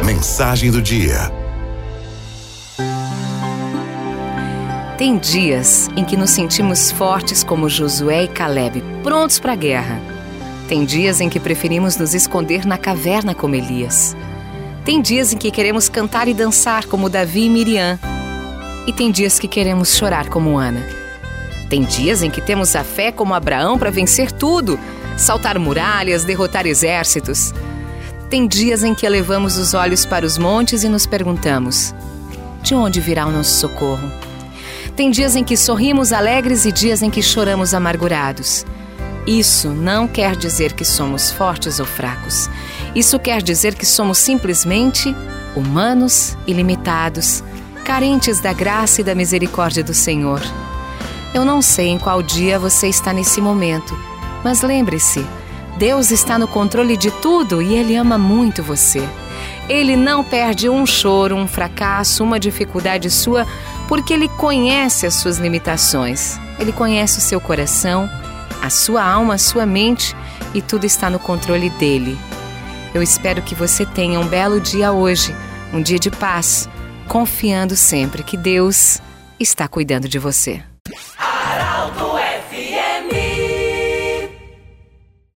Mensagem do dia. Tem dias em que nos sentimos fortes como Josué e Caleb, prontos para a guerra. Tem dias em que preferimos nos esconder na caverna como Elias. Tem dias em que queremos cantar e dançar como Davi e Miriam. E tem dias que queremos chorar como Ana. Tem dias em que temos a fé como Abraão para vencer tudo, saltar muralhas, derrotar exércitos. Tem dias em que elevamos os olhos para os montes e nos perguntamos: de onde virá o nosso socorro? Tem dias em que sorrimos alegres e dias em que choramos amargurados. Isso não quer dizer que somos fortes ou fracos. Isso quer dizer que somos simplesmente humanos e limitados, carentes da graça e da misericórdia do Senhor. Eu não sei em qual dia você está nesse momento, mas lembre-se, Deus está no controle de tudo e Ele ama muito você. Ele não perde um choro, um fracasso, uma dificuldade sua, porque Ele conhece as suas limitações. Ele conhece o seu coração, a sua alma, a sua mente, e tudo está no controle dEle. Eu espero que você tenha um belo dia hoje, um dia de paz, confiando sempre que Deus está cuidando de você.